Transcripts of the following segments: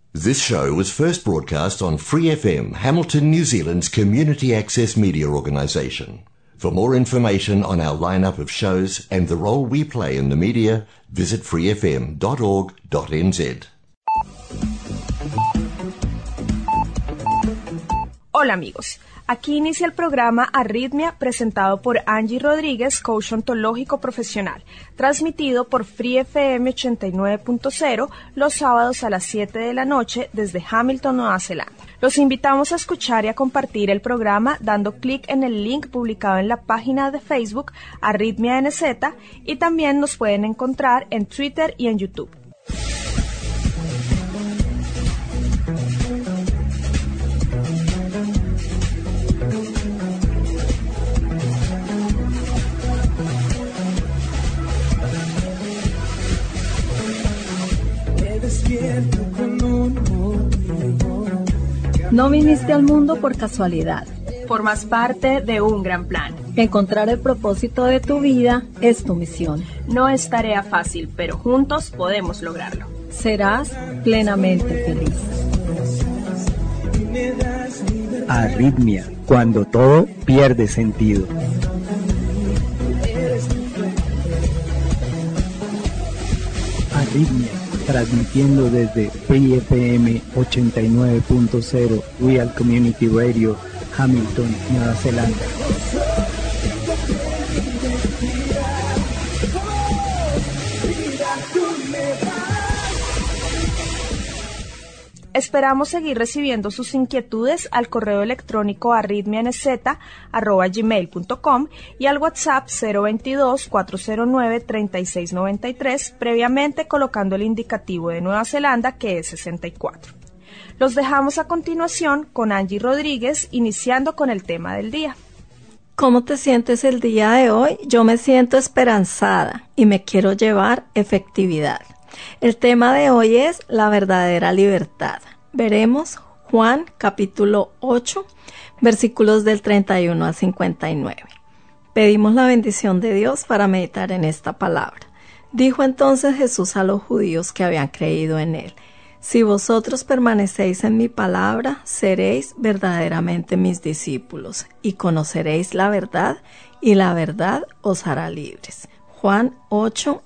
This show was first broadcast on Free FM, Hamilton, New Zealand's community access media organisation. For more information on our lineup of shows and the role we play in the media, visit freefm.org.nz. Hola amigos, aquí inicia el programa Arritmia presentado por Angie Rodríguez, coach ontológico profesional, transmitido por Free FM 89.0 los sábados a las 7 de la noche desde Hamilton, Nueva Zelanda. Los invitamos a escuchar y a compartir el programa dando clic en el link publicado en la página de Facebook Arritmia NZ y también nos pueden encontrar en Twitter y en YouTube. No viniste al mundo por casualidad. Formas parte de un gran plan. Encontrar el propósito de tu vida es tu misión. No es tarea fácil, pero juntos podemos lograrlo. Serás plenamente feliz. Arritmia, cuando todo pierde sentido. Arritmia, transmitiendo desde Free FM 89.0 Real Community Radio, Hamilton, Nueva Zelanda. Esperamos seguir recibiendo sus inquietudes al correo electrónico arritmianz@gmail.com y al WhatsApp 022-409-3693, previamente colocando el indicativo de Nueva Zelanda que es 64. Los dejamos a continuación con Angie Rodríguez, iniciando con el tema del día. ¿Cómo te sientes el día de hoy? Yo me siento esperanzada y me quiero llevar efectividad. El tema de hoy es la verdadera libertad. Veremos Juan capítulo 8, versículos del 31 al 59. Pedimos la bendición de Dios para meditar en esta palabra. Dijo entonces Jesús a los judíos que habían creído en él: si vosotros permanecéis en mi palabra, seréis verdaderamente mis discípulos y conoceréis la verdad, y la verdad os hará libres. Juan 8,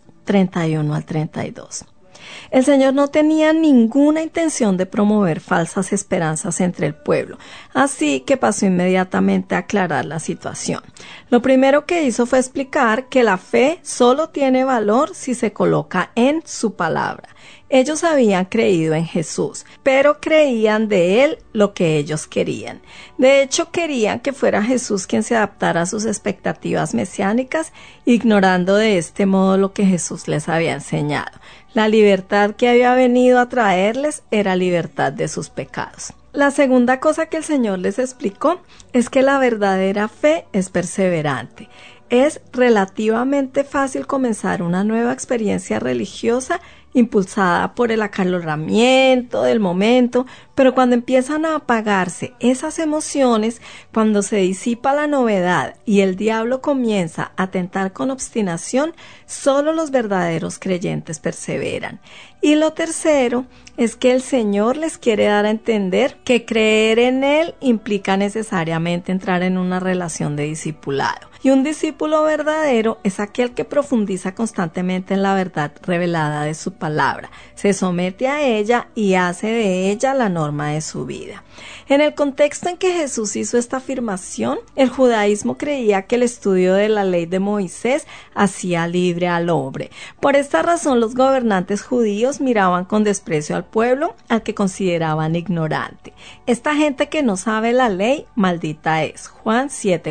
31 al 32. El Señor no tenía ninguna intención de promover falsas esperanzas entre el pueblo, así que pasó inmediatamente a aclarar la situación. Lo primero que hizo fue explicar que la fe solo tiene valor si se coloca en su palabra. Ellos habían creído en Jesús, pero creían de Él lo que ellos querían. De hecho, querían que fuera Jesús quien se adaptara a sus expectativas mesiánicas, ignorando de este modo lo que Jesús les había enseñado. La libertad que había venido a traerles era libertad de sus pecados. La segunda cosa que el Señor les explicó es que la verdadera fe es perseverante. Es relativamente fácil comenzar una nueva experiencia religiosa impulsada por el acaloramiento del momento, pero cuando empiezan a apagarse esas emociones, cuando se disipa la novedad y el diablo comienza a tentar con obstinación, solo los verdaderos creyentes perseveran. Y lo tercero es que el Señor les quiere dar a entender que creer en Él implica necesariamente entrar en una relación de discipulado. Y un discípulo verdadero es aquel que profundiza constantemente en la verdad revelada de su palabra, se somete a ella y hace de ella la norma de su vida. En el contexto en que Jesús hizo esta afirmación, el judaísmo creía que el estudio de la ley de Moisés hacía libre al hombre. Por esta razón, los gobernantes judíos miraban con desprecio al pueblo, al que consideraban ignorante. Esta gente que no sabe la ley, maldita es. Juan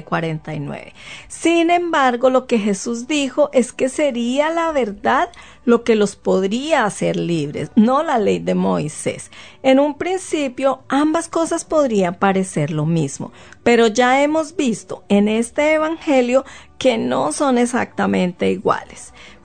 7:49. Sin embargo, lo que Jesús dijo es que sería la verdad lo que los podría hacer libres, no la ley de Moisés. En un principio, ambas cosas podrían parecer lo mismo, pero ya hemos visto en este evangelio que no son exactamente iguales.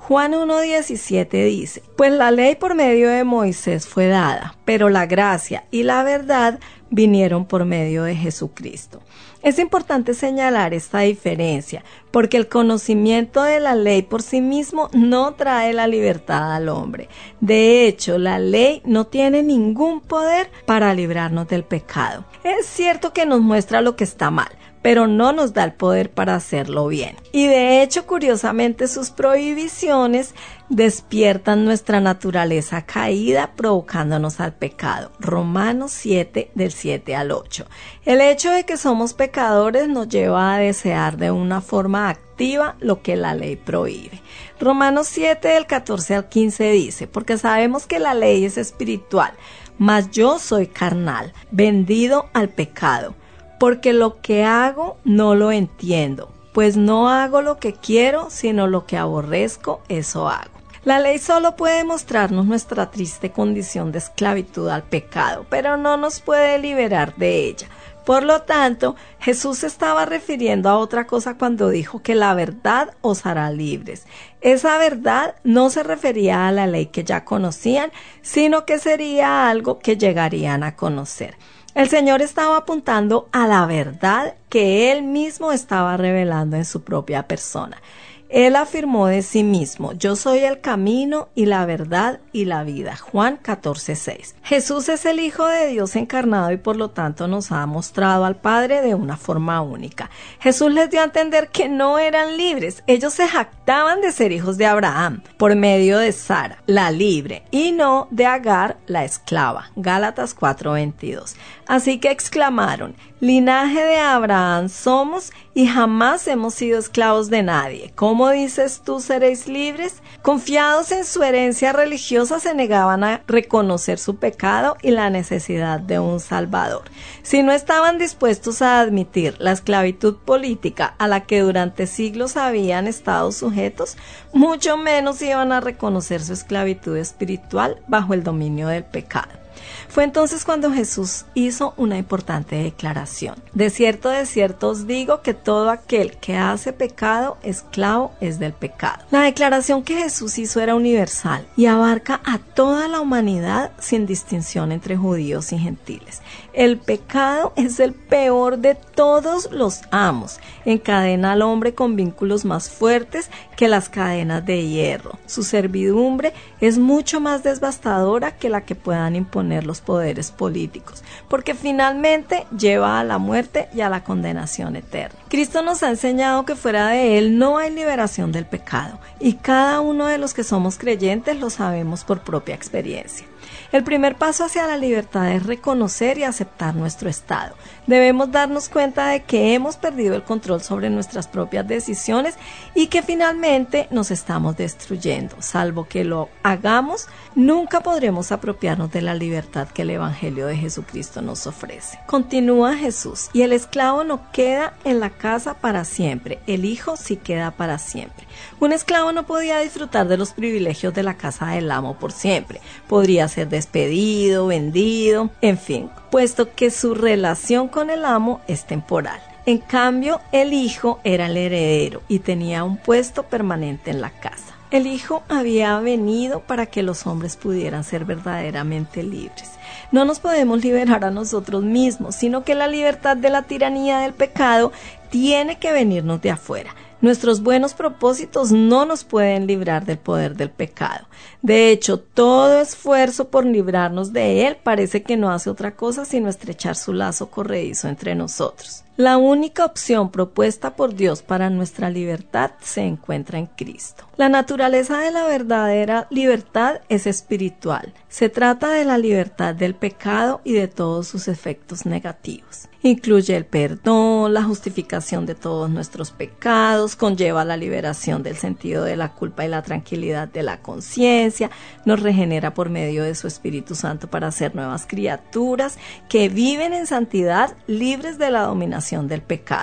Juan 1:17 dice: pues la ley por medio de Moisés fue dada, pero la gracia y la verdad vinieron por medio de Jesucristo. Es importante señalar esta diferencia, porque el conocimiento de la ley por sí mismo no trae la libertad al hombre. De hecho, la ley no tiene ningún poder para librarnos del pecado. Es cierto que nos muestra lo que está mal, pero no nos da el poder para hacerlo bien. Y de hecho, curiosamente, sus prohibiciones despiertan nuestra naturaleza caída, provocándonos al pecado. Romanos 7, del 7 al 8. El hecho de que somos pecadores nos lleva a desear de una forma activa lo que la ley prohíbe. Romanos 7, del 14 al 15 dice: porque sabemos que la ley es espiritual, mas yo soy carnal, vendido al pecado. Porque lo que hago no lo entiendo, pues no hago lo que quiero, sino lo que aborrezco, eso hago. La ley solo puede mostrarnos nuestra triste condición de esclavitud al pecado, pero no nos puede liberar de ella. Por lo tanto, Jesús se estaba refiriendo a otra cosa cuando dijo que la verdad os hará libres. Esa verdad no se refería a la ley que ya conocían, sino que sería algo que llegarían a conocer. El Señor estaba apuntando a la verdad que Él mismo estaba revelando en su propia persona. Él afirmó de sí mismo: yo soy el camino y la verdad y la vida. Juan 14:6. Jesús es el Hijo de Dios encarnado y por lo tanto nos ha mostrado al Padre de una forma única. Jesús les dio a entender que no eran libres. Ellos se jactaban de ser hijos de Abraham por medio de Sara, la libre, y no de Agar, la esclava. Gálatas 4:22. Así que exclamaron: linaje de Abraham somos y jamás hemos sido esclavos de nadie. ¿Cómo dices tú seréis libres? Confiados en su herencia religiosa, se negaban a reconocer su pecado y la necesidad de un Salvador. Si no estaban dispuestos a admitir la esclavitud política a la que durante siglos habían estado sujetos, mucho menos iban a reconocer su esclavitud espiritual bajo el dominio del pecado. Fue entonces cuando Jesús hizo una importante declaración: de cierto os digo que todo aquel que hace pecado, esclavo es del pecado. La declaración que Jesús hizo era universal y abarca a toda la humanidad sin distinción entre judíos y gentiles. El pecado es el peor de todos los amos. Encadena al hombre con vínculos más fuertes que las cadenas de hierro. Su servidumbre es mucho más devastadora que la que puedan imponer los poderes políticos, porque finalmente lleva a la muerte y a la condenación eterna. Cristo nos ha enseñado que fuera de Él no hay liberación del pecado, y cada uno de los que somos creyentes lo sabemos por propia experiencia. El primer paso hacia la libertad es reconocer y aceptar nuestro estado. Debemos darnos cuenta de que hemos perdido el control sobre nuestras propias decisiones y que finalmente nos estamos destruyendo. Salvo que lo hagamos, nunca podremos apropiarnos de la libertad que el Evangelio de Jesucristo nos ofrece. Continúa Jesús: y el esclavo no queda en la casa para siempre, el hijo sí queda para siempre. Un esclavo no podía disfrutar de los privilegios de la casa del amo por siempre. Podría ser despedido, vendido, en fin, puesto que su relación con el amo es temporal. En cambio, el hijo era el heredero y tenía un puesto permanente en la casa. El hijo había venido para que los hombres pudieran ser verdaderamente libres. No nos podemos liberar a nosotros mismos, sino que la libertad de la tiranía del pecado tiene que venirnos de afuera. Nuestros buenos propósitos no nos pueden librar del poder del pecado. De hecho, todo esfuerzo por librarnos de él parece que no hace otra cosa sino estrechar su lazo corredizo entre nosotros. La única opción propuesta por Dios para nuestra libertad se encuentra en Cristo. La naturaleza de la verdadera libertad es espiritual. Se trata de la libertad del pecado y de todos sus efectos negativos. Incluye el perdón, la justificación de todos nuestros pecados, conlleva la liberación del sentido de la culpa y la tranquilidad de la conciencia, nos regenera por medio de su Espíritu Santo para ser nuevas criaturas que viven en santidad, libres de la dominación del pecado.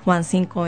Juan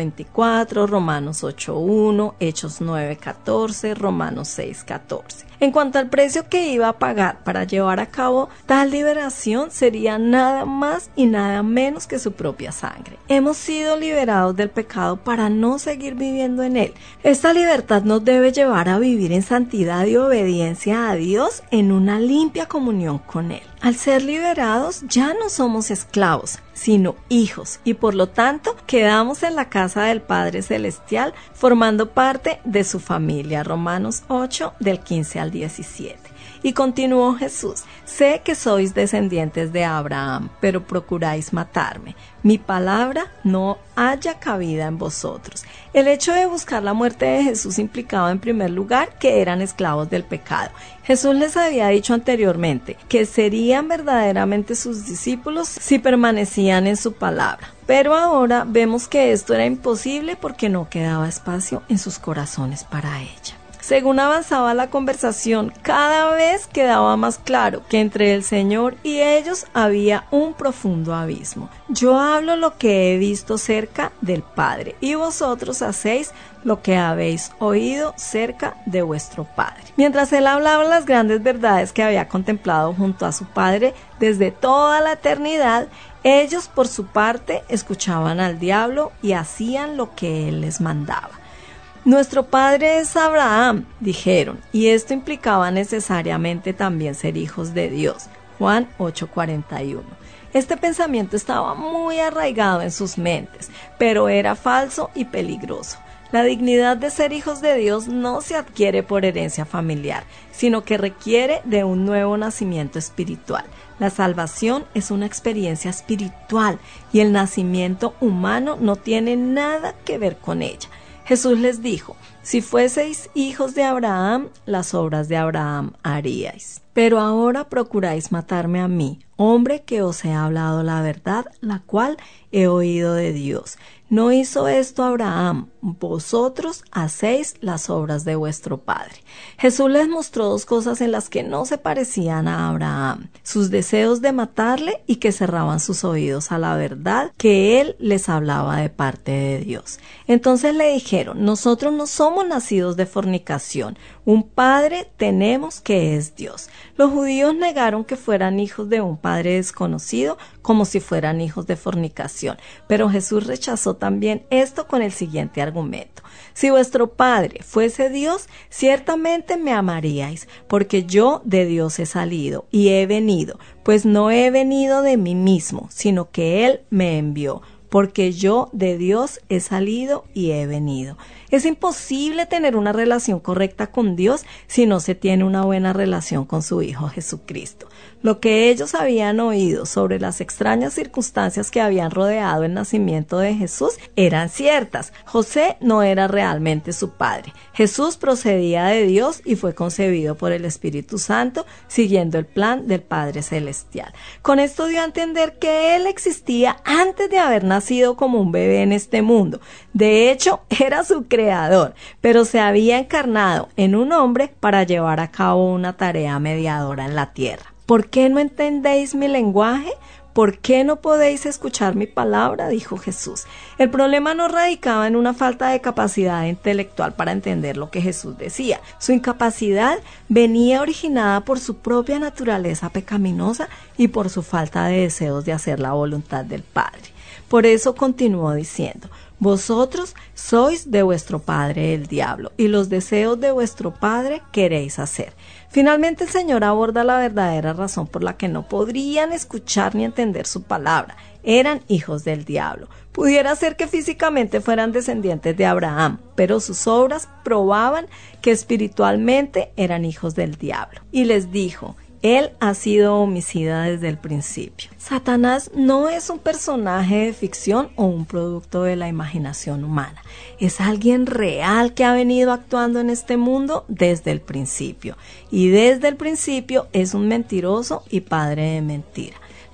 5:24, Romanos 8:1, Hechos 9:14, Romanos 6:14. En cuanto al precio que iba a pagar para llevar a cabo tal liberación, sería nada más y nada menos que su propia sangre. Hemos sido liberados del pecado para no seguir viviendo en él. Esta libertad nos debe llevar a vivir en santidad y obediencia a Dios en una limpia comunión con él. Al ser liberados, ya no somos esclavos, sino hijos, y por lo tanto quedamos en la casa del Padre Celestial, formando parte de su familia. Romanos 8, del 15 al 17. Y continuó Jesús: sé que sois descendientes de Abraham, pero procuráis matarme. Mi palabra no haya cabida en vosotros. El hecho de buscar la muerte de Jesús implicaba en primer lugar que eran esclavos del pecado. Jesús les había dicho anteriormente que serían verdaderamente sus discípulos si permanecían en su palabra. Pero ahora vemos que esto era imposible porque no quedaba espacio en sus corazones para ella. Según avanzaba la conversación, cada vez quedaba más claro que entre el Señor y ellos había un profundo abismo. Yo hablo lo que he visto cerca del Padre, y vosotros hacéis lo que habéis oído cerca de vuestro Padre. Mientras él hablaba las grandes verdades que había contemplado junto a su Padre desde toda la eternidad, ellos por su parte escuchaban al diablo y hacían lo que él les mandaba. Nuestro padre es Abraham, dijeron, y esto implicaba necesariamente también ser hijos de Dios. Juan 8:41. Este pensamiento estaba muy arraigado en sus mentes, pero era falso y peligroso. La dignidad de ser hijos de Dios no se adquiere por herencia familiar, sino que requiere de un nuevo nacimiento espiritual. La salvación es una experiencia espiritual y el nacimiento humano no tiene nada que ver con ella. Jesús les dijo: si fueseis hijos de Abraham, las obras de Abraham haríais. Pero ahora procuráis matarme a mí, hombre que os he hablado la verdad, la cual he oído de Dios. No hizo esto Abraham, vosotros hacéis las obras de vuestro padre. Jesús les mostró dos cosas en las que no se parecían a Abraham: sus deseos de matarle y que cerraban sus oídos a la verdad que él les hablaba de parte de Dios. Entonces le dijeron: nosotros no somos nacidos de fornicación, un padre tenemos que es Dios. Los judíos negaron que fueran hijos de un padre desconocido como si fueran hijos de fornicación, pero Jesús rechazó también esto con el siguiente argumento: si vuestro padre fuese Dios, ciertamente me amaríais, porque yo de Dios he salido y he venido, pues no he venido de mí mismo, sino que Él me envió. Porque yo de Dios he salido y he venido. Es imposible tener una relación correcta con Dios si no se tiene una buena relación con su Hijo Jesucristo. Lo que ellos habían oído sobre las extrañas circunstancias que habían rodeado el nacimiento de Jesús eran ciertas. José no era realmente su padre. Jesús procedía de Dios y fue concebido por el Espíritu Santo siguiendo el plan del Padre Celestial. Con esto dio a entender que Él existía antes de haber nacido como un bebé en este mundo. De hecho, era su creador, pero se había encarnado en un hombre para llevar a cabo una tarea mediadora en la tierra. ¿Por qué no entendéis mi lenguaje? ¿Por qué no podéis escuchar mi palabra?, dijo Jesús. El problema no radicaba en una falta de capacidad intelectual para entender lo que Jesús decía. Su incapacidad venía originada por su propia naturaleza pecaminosa y por su falta de deseos de hacer la voluntad del Padre. Por eso continuó diciendo: vosotros sois de vuestro padre el diablo, y los deseos de vuestro padre queréis hacer. Finalmente el Señor aborda la verdadera razón por la que no podrían escuchar ni entender su palabra. Eran hijos del diablo. Pudiera ser que físicamente fueran descendientes de Abraham, pero sus obras probaban que espiritualmente eran hijos del diablo. Y les dijo: Él ha sido homicida desde el principio. Satanás no es un personaje de ficción o un producto de la imaginación humana. Es alguien real que ha venido actuando en este mundo desde el principio. Y desde el principio es un mentiroso y padre de mentira.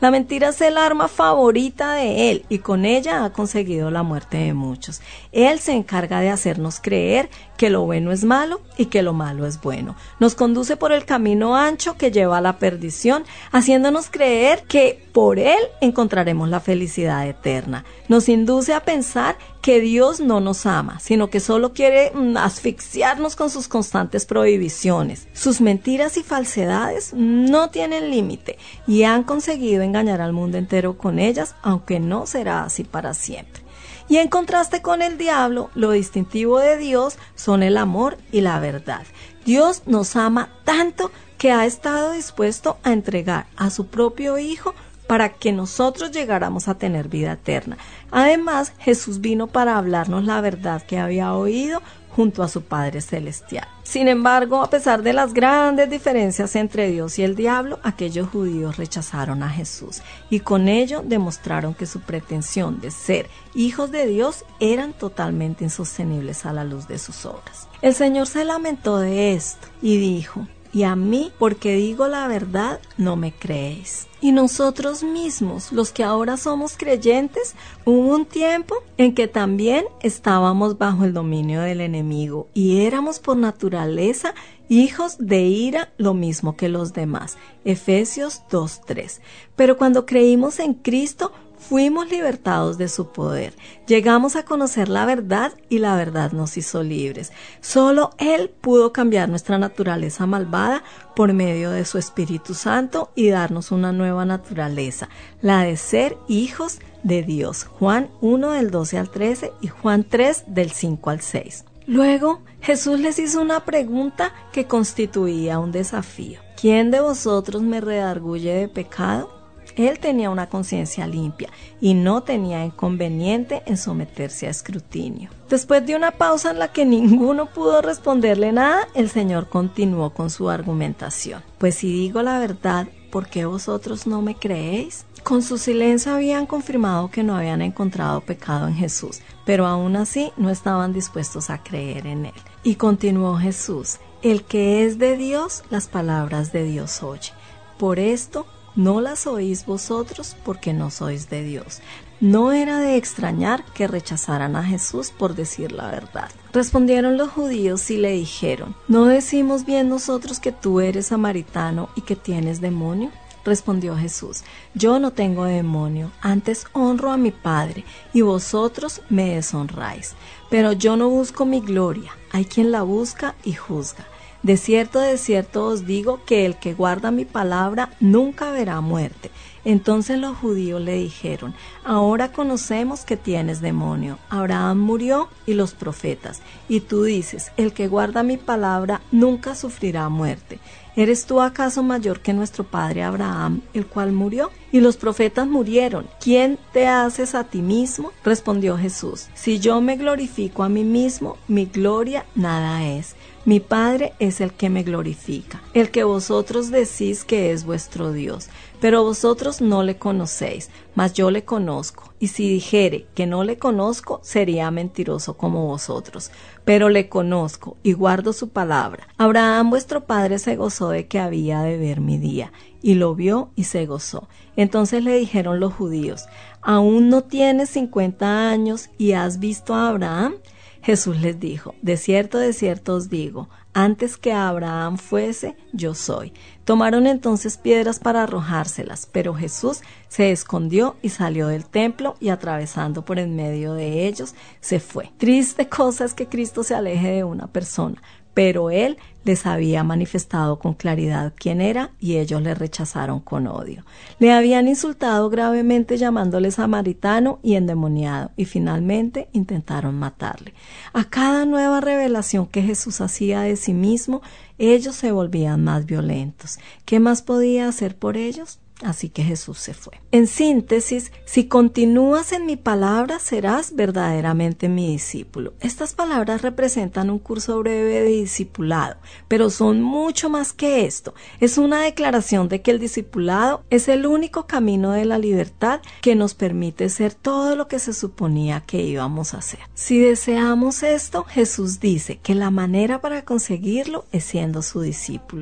La mentira es el arma favorita de él y con ella ha conseguido la muerte de muchos. Él se encarga de hacernos creer que lo bueno es malo y que lo malo es bueno. Nos conduce por el camino ancho que lleva a la perdición, haciéndonos creer que por él encontraremos la felicidad eterna. Nos induce a pensar que Dios no nos ama, sino que solo quiere asfixiarnos con sus constantes prohibiciones. Sus mentiras y falsedades no tienen límite y han conseguido engañar al mundo entero con ellas, aunque no será así para siempre. Y en contraste con el diablo, lo distintivo de Dios son el amor y la verdad. Dios nos ama tanto que ha estado dispuesto a entregar a su propio Hijo para que nosotros llegáramos a tener vida eterna. Además, Jesús vino para hablarnos la verdad que había oído junto a su Padre Celestial. Sin embargo, a pesar de las grandes diferencias entre Dios y el diablo, aquellos judíos rechazaron a Jesús y con ello demostraron que su pretensión de ser hijos de Dios eran totalmente insostenibles a la luz de sus obras. El Señor se lamentó de esto y dijo: y a mí, porque digo la verdad, no me creéis. Y nosotros mismos, los que ahora somos creyentes, hubo un tiempo en que también estábamos bajo el dominio del enemigo y éramos por naturaleza hijos de ira, lo mismo que los demás. Efesios 2:3. Pero cuando creímos en Cristo, fuimos libertados de su poder. Llegamos a conocer la verdad y la verdad nos hizo libres. Solo Él pudo cambiar nuestra naturaleza malvada por medio de su Espíritu Santo y darnos una nueva naturaleza, la de ser hijos de Dios. Juan 1 del 12 al 13 y Juan 3 del 5 al 6. Luego, Jesús les hizo una pregunta que constituía un desafío. ¿Quién de vosotros me redarguye de pecado? Él tenía una conciencia limpia y no tenía inconveniente en someterse a escrutinio. Después de una pausa en la que ninguno pudo responderle nada, el Señor continuó con su argumentación. Pues si digo la verdad, ¿por qué vosotros no me creéis? Con su silencio habían confirmado que no habían encontrado pecado en Jesús, pero aún así no estaban dispuestos a creer en Él. Y continuó Jesús: el que es de Dios, las palabras de Dios oye. Por esto no las oís vosotros, porque no sois de Dios. No era de extrañar que rechazaran a Jesús por decir la verdad. Respondieron los judíos y le dijeron: ¿no decimos bien nosotros que tú eres samaritano y que tienes demonio? Respondió Jesús: yo no tengo demonio, antes honro a mi Padre, y vosotros me deshonráis. Pero yo no busco mi gloria, hay quien la busca y juzga. De cierto os digo que el que guarda mi palabra nunca verá muerte. Entonces los judíos le dijeron: ahora conocemos que tienes demonio. Abraham murió y los profetas, y tú dices: el que guarda mi palabra nunca sufrirá muerte. ¿Eres tú acaso mayor que nuestro padre Abraham, el cual murió? Y los profetas murieron. ¿Quién te haces a ti mismo? Respondió Jesús: si yo me glorifico a mí mismo, mi gloria nada es. Mi Padre es el que me glorifica, el que vosotros decís que es vuestro Dios. Pero vosotros no le conocéis, mas yo le conozco. Y si dijere que no le conozco, sería mentiroso como vosotros. Pero le conozco y guardo su palabra. Abraham vuestro padre se gozó de que había de ver mi día, y lo vio y se gozó. Entonces le dijeron los judíos: ¿aún no tienes 50 años y has visto a Abraham? Jesús les dijo: de cierto os digo, antes que Abraham fuese, yo soy. Tomaron entonces piedras para arrojárselas, pero Jesús se escondió y salió del templo y atravesando por en medio de ellos, se fue. Triste cosa es que Cristo se aleje de una persona, pero Él les había manifestado con claridad quién era y ellos le rechazaron con odio. Le habían insultado gravemente llamándole samaritano y endemoniado y finalmente intentaron matarle. A cada nueva revelación que Jesús hacía de sí mismo, ellos se volvían más violentos. ¿Qué más podía hacer por ellos? Así que Jesús se fue. En síntesis, si continúas en mi palabra, serás verdaderamente mi discípulo. Estas palabras representan un curso breve de discipulado, pero son mucho más que esto. Es una declaración de que el discipulado es el único camino de la libertad que nos permite ser todo lo que se suponía que íbamos a ser. Si deseamos esto, Jesús dice que la manera para conseguirlo es siendo su discípulo.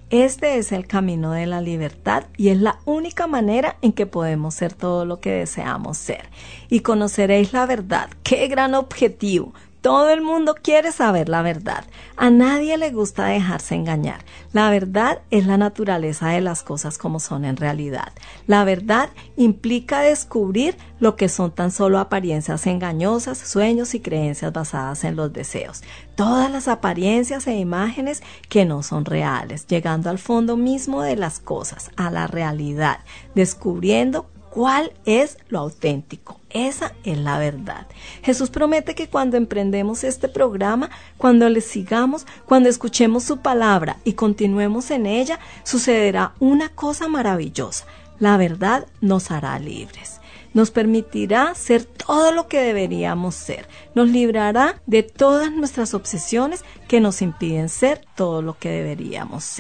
Este es el camino de la libertad y es la única manera en que podemos ser todo lo que deseamos ser. Y conoceréis la verdad. ¡Qué gran objetivo! Todo el mundo quiere saber la verdad. A nadie le gusta dejarse engañar. La verdad es la naturaleza de las cosas como son en realidad. La verdad implica descubrir lo que son tan solo apariencias engañosas, sueños y creencias basadas en los deseos. Todas las apariencias e imágenes que no son reales, llegando al fondo mismo de las cosas, a la realidad, descubriendo ¿cuál es lo auténtico? Esa es la verdad. Jesús promete que cuando emprendemos este programa, cuando le sigamos, cuando escuchemos su palabra y continuemos en ella, sucederá una cosa maravillosa. La verdad nos hará libres. Nos permitirá ser todo lo que deberíamos ser. Nos librará de todas nuestras obsesiones que nos impiden ser todo lo que deberíamos ser.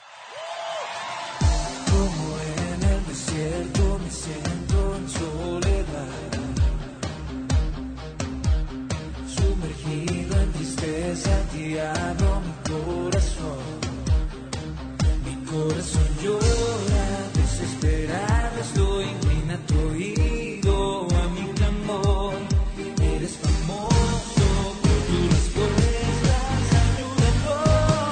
Y abro mi corazón llora, desesperado estoy, inclina tu oído a mi clamor, eres famoso por tus respuestas, ayúdanos.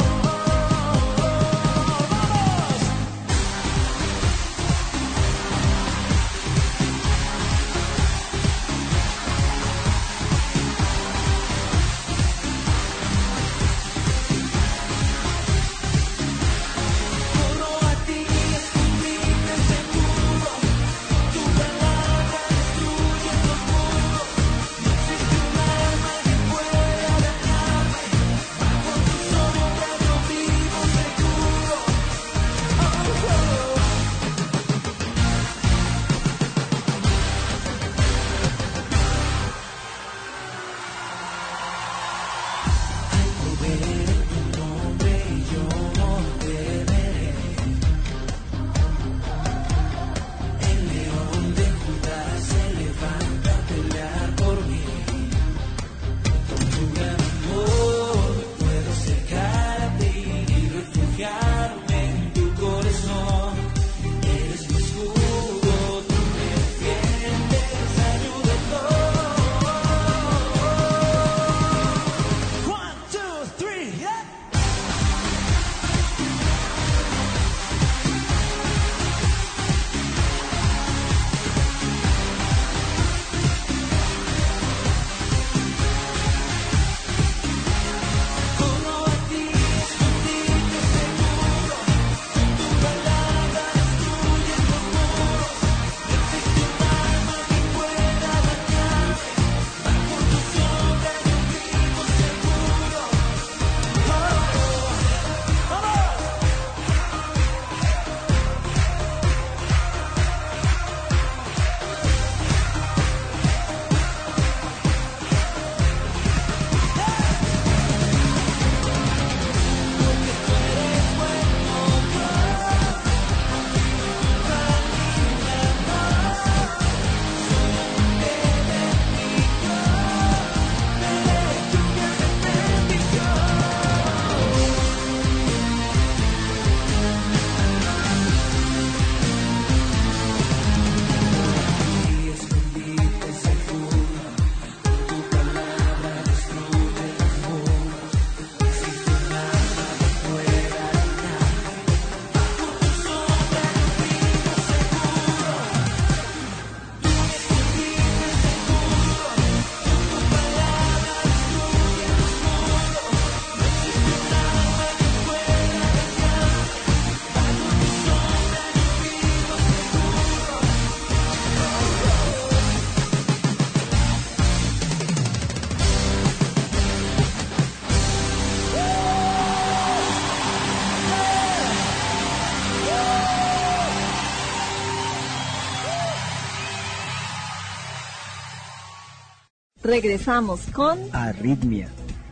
Regresamos con Arritmia.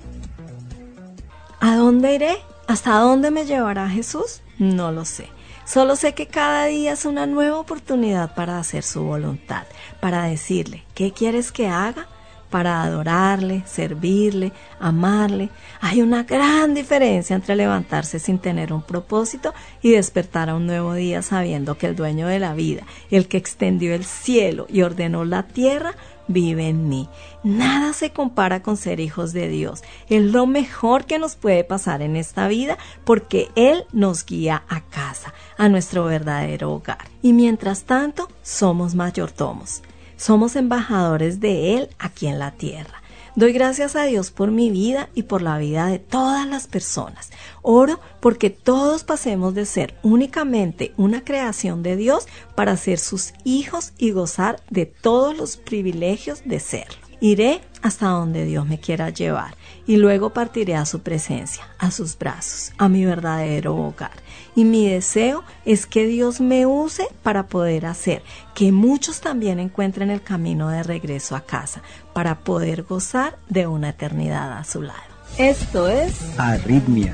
¿A dónde iré? ¿Hasta dónde me llevará Jesús? No lo sé. Solo sé que cada día es una nueva oportunidad para hacer su voluntad, para decirle, ¿qué quieres que haga? para adorarle, servirle, amarle. Hay una gran diferencia entre levantarse sin tener un propósito y despertar a un nuevo día sabiendo que el dueño de la vida, el que extendió el cielo y ordenó la tierra, vive en mí. Nada se compara con ser hijos de Dios. Es lo mejor que nos puede pasar en esta vida porque Él nos guía a casa, a nuestro verdadero hogar. Y mientras tanto, somos mayordomos. Somos embajadores de Él aquí en la tierra. Doy gracias a Dios por mi vida y por la vida de todas las personas. Oro porque todos pasemos de ser únicamente una creación de Dios para ser sus hijos y gozar de todos los privilegios de serlo. Iré hasta donde Dios me quiera llevar y luego partiré a su presencia, a sus brazos, a mi verdadero hogar. Y mi deseo es que Dios me use para poder hacer que muchos también encuentren el camino de regreso a casa, para poder gozar de una eternidad a su lado. Esto es Arritmia.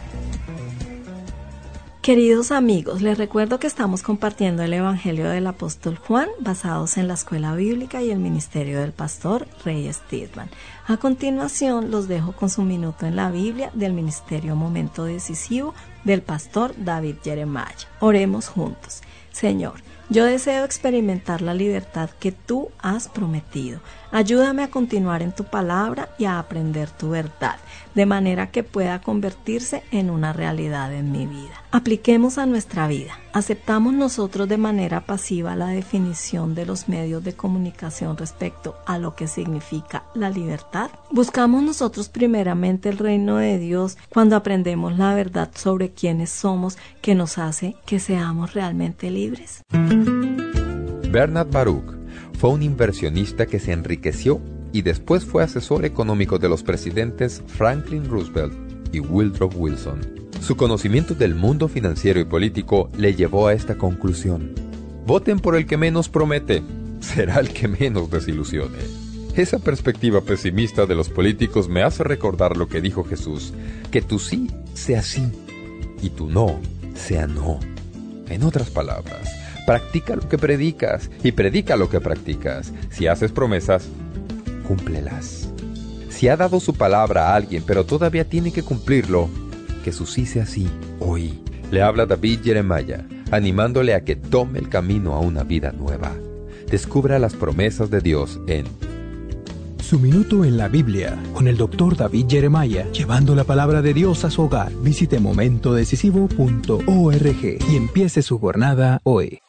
Queridos amigos, les recuerdo que estamos compartiendo el Evangelio del Apóstol Juan basados en la Escuela Bíblica y el Ministerio del Pastor Ray Stedman. A continuación, los dejo con su minuto en la Biblia del Ministerio Momento Decisivo del Pastor David Jeremiah. Oremos juntos. Señor, yo deseo experimentar la libertad que tú has prometido. Ayúdame a continuar en tu palabra y a aprender tu verdad, de manera que pueda convertirse en una realidad en mi vida. Apliquemos a nuestra vida. ¿Aceptamos nosotros de manera pasiva la definición de los medios de comunicación respecto a lo que significa la libertad? ¿Buscamos nosotros primeramente el reino de Dios cuando aprendemos la verdad sobre quiénes somos que nos hace que seamos realmente libres? Bernard Baruch fue un inversionista que se enriqueció y después fue asesor económico de los presidentes Franklin Roosevelt y Woodrow Wilson. Su conocimiento del mundo financiero y político le llevó a esta conclusión: voten por el que menos promete, será el que menos desilusione. Esa perspectiva pesimista de los políticos me hace recordar lo que dijo Jesús: que tu sí sea sí y tu no sea no. En otras palabras, practica lo que predicas y predica lo que practicas. Si haces promesas, cúmplelas. Si ha dado su palabra a alguien pero todavía tiene que cumplirlo, que su sí sea sí hoy. Le habla David Jeremiah, animándole a que tome el camino a una vida nueva. Descubra las promesas de Dios en Su minuto en la Biblia, con el Dr. David Jeremiah, llevando la palabra de Dios a su hogar. Visite momentodecisivo.org y empiece su jornada hoy.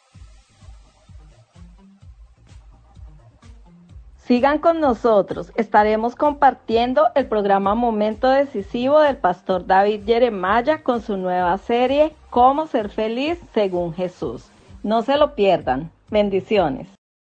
Sigan con nosotros, estaremos compartiendo el programa Momento Decisivo del Pastor David Jeremiah con su nueva serie Cómo ser feliz según Jesús. No se lo pierdan. Bendiciones.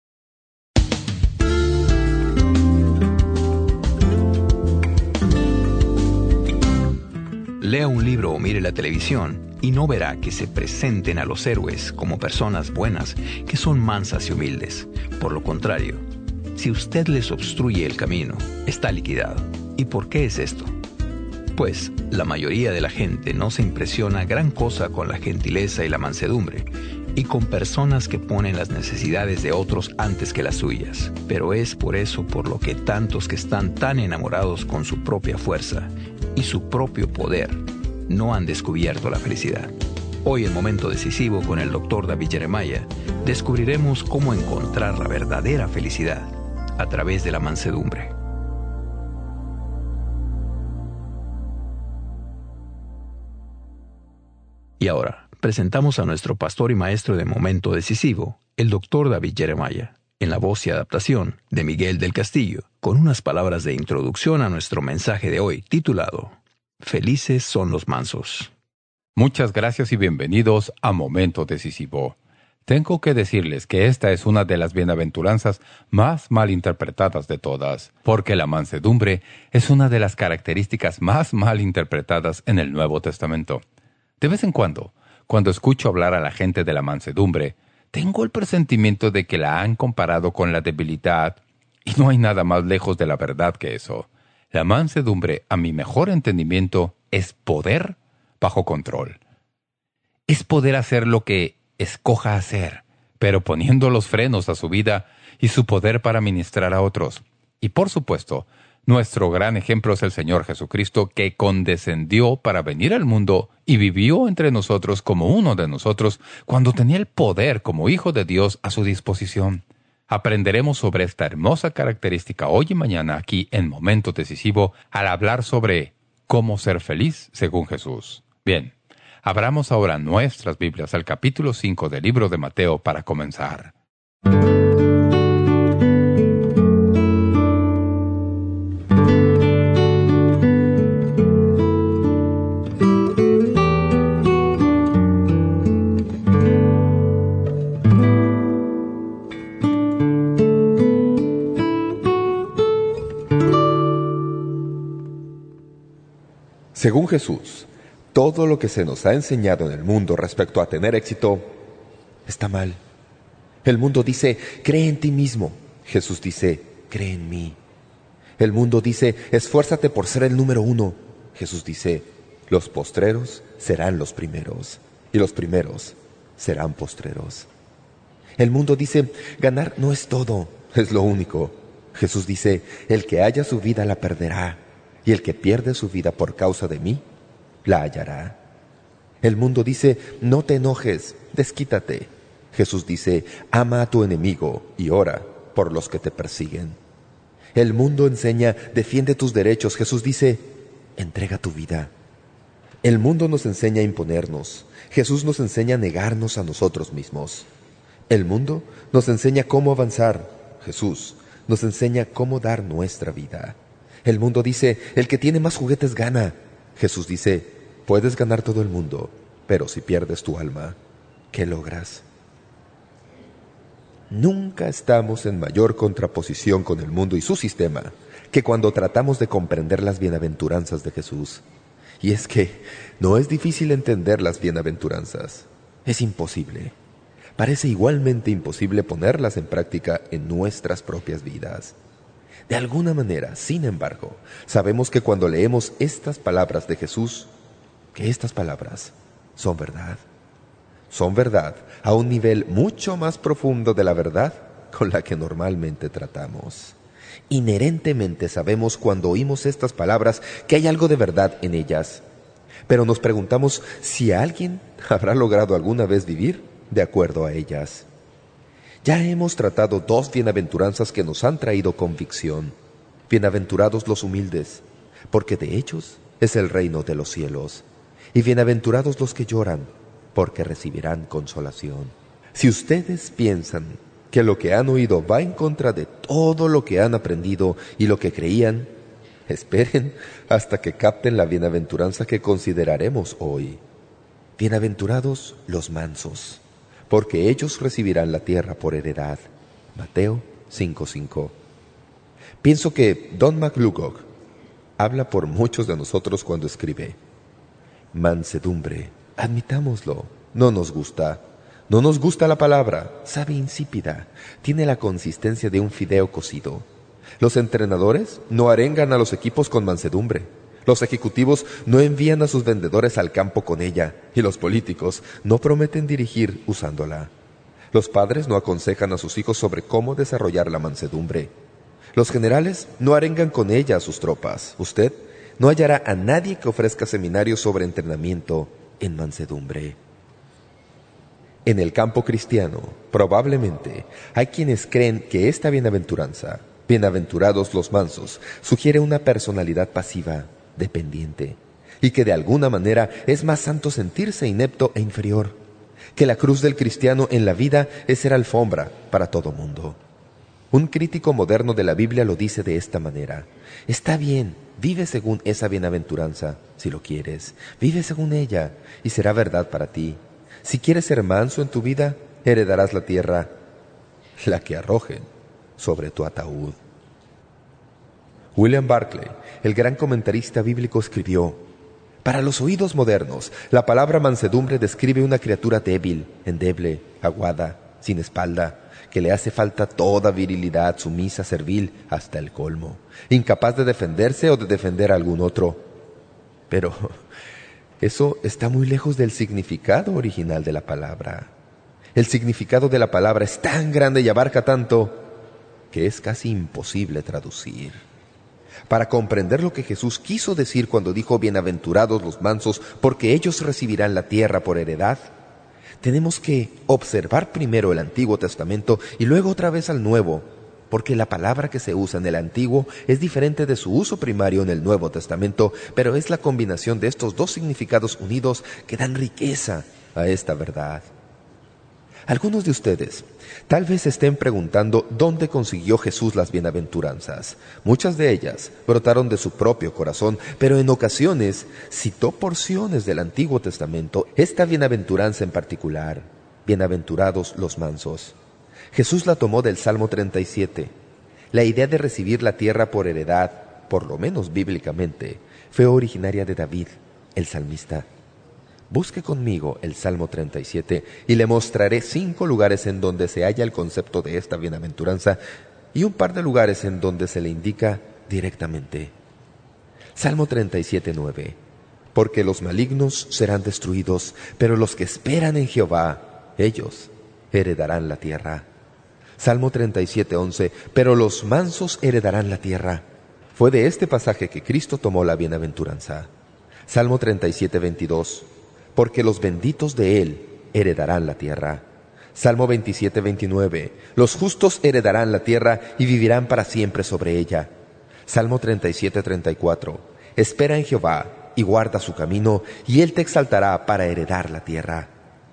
Lea un libro o mire la televisión y no verá que se presenten a los héroes como personas buenas que son mansas y humildes. Por lo contrario, si usted les obstruye el camino, está liquidado. ¿Y por qué es esto? Pues la mayoría de la gente no se impresiona gran cosa con la gentileza y la mansedumbre, y con personas que ponen las necesidades de otros antes que las suyas. Pero es por eso por lo que tantos que están tan enamorados con su propia fuerza y su propio poder no han descubierto la felicidad. Hoy en Momento Decisivo con el Dr. David Jeremiah descubriremos cómo encontrar la verdadera felicidad a través de la mansedumbre. Y ahora, presentamos a nuestro pastor y maestro de Momento Decisivo, el Dr. David Jeremiah, en la voz y adaptación de Miguel del Castillo, con unas palabras de introducción a nuestro mensaje de hoy, titulado Felices son los mansos. Muchas gracias y bienvenidos a Momento Decisivo. Tengo que decirles que esta es una de las bienaventuranzas más mal interpretadas de todas, porque la mansedumbre es una de las características más mal interpretadas en el Nuevo Testamento. De vez en cuando escucho hablar a la gente de la mansedumbre, tengo el presentimiento de que la han comparado con la debilidad, y no hay nada más lejos de la verdad que eso. La mansedumbre, a mi mejor entendimiento, es poder bajo control. Es poder hacer lo que escoja hacer, pero poniendo los frenos a su vida y su poder para ministrar a otros. Y por supuesto, nuestro gran ejemplo es el Señor Jesucristo, que condescendió para venir al mundo y vivió entre nosotros como uno de nosotros cuando tenía el poder como Hijo de Dios a su disposición. Aprenderemos sobre esta hermosa característica hoy y mañana aquí en Momento Decisivo al hablar sobre cómo ser feliz según Jesús. Bien, abramos ahora nuestras Biblias al capítulo 5 del libro de Mateo para comenzar. Según Jesús, todo lo que se nos ha enseñado en el mundo respecto a tener éxito está mal. El mundo dice, cree en ti mismo. Jesús dice, cree en mí. El mundo dice, esfuérzate por ser el número 1. Jesús dice, los postreros serán los primeros, y los primeros serán postreros. El mundo dice, ganar no es todo, es lo único. Jesús dice, el que haya su vida la perderá, y el que pierde su vida por causa de mí, la hallará. El mundo dice, no te enojes, desquítate. Jesús dice, ama a tu enemigo y ora por los que te persiguen. El mundo enseña, defiende tus derechos. Jesús dice, entrega tu vida. El mundo nos enseña a imponernos. Jesús nos enseña a negarnos a nosotros mismos. El mundo nos enseña cómo avanzar. Jesús nos enseña cómo dar nuestra vida. El mundo dice, el que tiene más juguetes gana. Jesús dice, puedes ganar todo el mundo, pero si pierdes tu alma, ¿qué logras? Nunca estamos en mayor contraposición con el mundo y su sistema que cuando tratamos de comprender las bienaventuranzas de Jesús. Y es que no es difícil entender las bienaventuranzas. Es imposible. Parece igualmente imposible ponerlas en práctica en nuestras propias vidas. De alguna manera, sin embargo, sabemos que cuando leemos estas palabras de Jesús, que estas palabras son verdad. Son verdad a un nivel mucho más profundo de la verdad con la que normalmente tratamos. Inherentemente sabemos cuando oímos estas palabras que hay algo de verdad en ellas. Pero nos preguntamos si alguien habrá logrado alguna vez vivir de acuerdo a ellas. Ya hemos tratado 2 bienaventuranzas que nos han traído convicción. Bienaventurados los humildes, porque de ellos es el reino de los cielos. Y bienaventurados los que lloran, porque recibirán consolación. Si ustedes piensan que lo que han oído va en contra de todo lo que han aprendido y lo que creían, esperen hasta que capten la bienaventuranza que consideraremos hoy. Bienaventurados los mansos, porque ellos recibirán la tierra por heredad. Mateo 5:5. Pienso que Don McCluskey habla por muchos de nosotros cuando escribe: mansedumbre, admitámoslo, no nos gusta. No nos gusta la palabra, sabe insípida, tiene la consistencia de un fideo cocido. Los entrenadores no arengan a los equipos con mansedumbre. Los ejecutivos no envían a sus vendedores al campo con ella, y los políticos no prometen dirigir usándola. Los padres no aconsejan a sus hijos sobre cómo desarrollar la mansedumbre. Los generales no arengan con ella a sus tropas. Usted no hallará a nadie que ofrezca seminarios sobre entrenamiento en mansedumbre. En el campo cristiano, probablemente, hay quienes creen que esta bienaventuranza, bienaventurados los mansos, sugiere una personalidad pasiva, dependiente, y que de alguna manera es más santo sentirse inepto e inferior, que la cruz del cristiano en la vida es ser alfombra para todo mundo. Un crítico moderno de la Biblia lo dice de esta manera: está bien, vive según esa bienaventuranza, si lo quieres, vive según ella, y será verdad para ti. Si quieres ser manso en tu vida, heredarás la tierra, la que arrojen sobre tu ataúd. William Barclay, el gran comentarista bíblico, escribió: para los oídos modernos, la palabra mansedumbre describe una criatura débil, endeble, aguada, sin espalda, que le hace falta toda virilidad, sumisa, servil, hasta el colmo, incapaz de defenderse o de defender a algún otro. Pero eso está muy lejos del significado original de la palabra. El significado de la palabra es tan grande y abarca tanto que es casi imposible traducir. Para comprender lo que Jesús quiso decir cuando dijo «Bienaventurados los mansos, porque ellos recibirán la tierra por heredad», tenemos que observar primero el Antiguo Testamento y luego otra vez al Nuevo, porque la palabra que se usa en el Antiguo es diferente de su uso primario en el Nuevo Testamento, pero es la combinación de estos dos significados unidos que dan riqueza a esta verdad. Algunos de ustedes tal vez estén preguntando dónde consiguió Jesús las bienaventuranzas. Muchas de ellas brotaron de su propio corazón, pero en ocasiones citó porciones del Antiguo Testamento. Esta bienaventuranza en particular, bienaventurados los mansos, Jesús la tomó del Salmo 37. La idea de recibir la tierra por heredad, por lo menos bíblicamente, fue originaria de David, el salmista. Busque conmigo el Salmo 37 y le mostraré 5 lugares en donde se halla el concepto de esta bienaventuranza y un par de lugares en donde se le indica directamente. Salmo 37:9. Porque los malignos serán destruidos, pero los que esperan en Jehová, ellos heredarán la tierra. Salmo 37:11. Pero los mansos heredarán la tierra. Fue de este pasaje que Cristo tomó la bienaventuranza. Salmo 37:22. Porque los benditos de Él heredarán la tierra. Salmo 27:29. Los justos heredarán la tierra y vivirán para siempre sobre ella. Salmo 37:34. Espera en Jehová y guarda su camino, y Él te exaltará para heredar la tierra.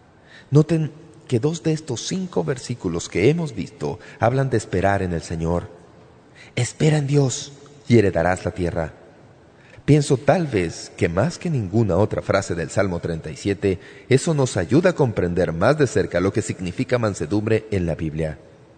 Noten que 2 de estos 5 versículos que hemos visto hablan de esperar en el Señor. Espera en Dios y heredarás la tierra. Pienso tal vez que más que ninguna otra frase del Salmo 37, eso nos ayuda a comprender más de cerca lo que significa mansedumbre en la Biblia.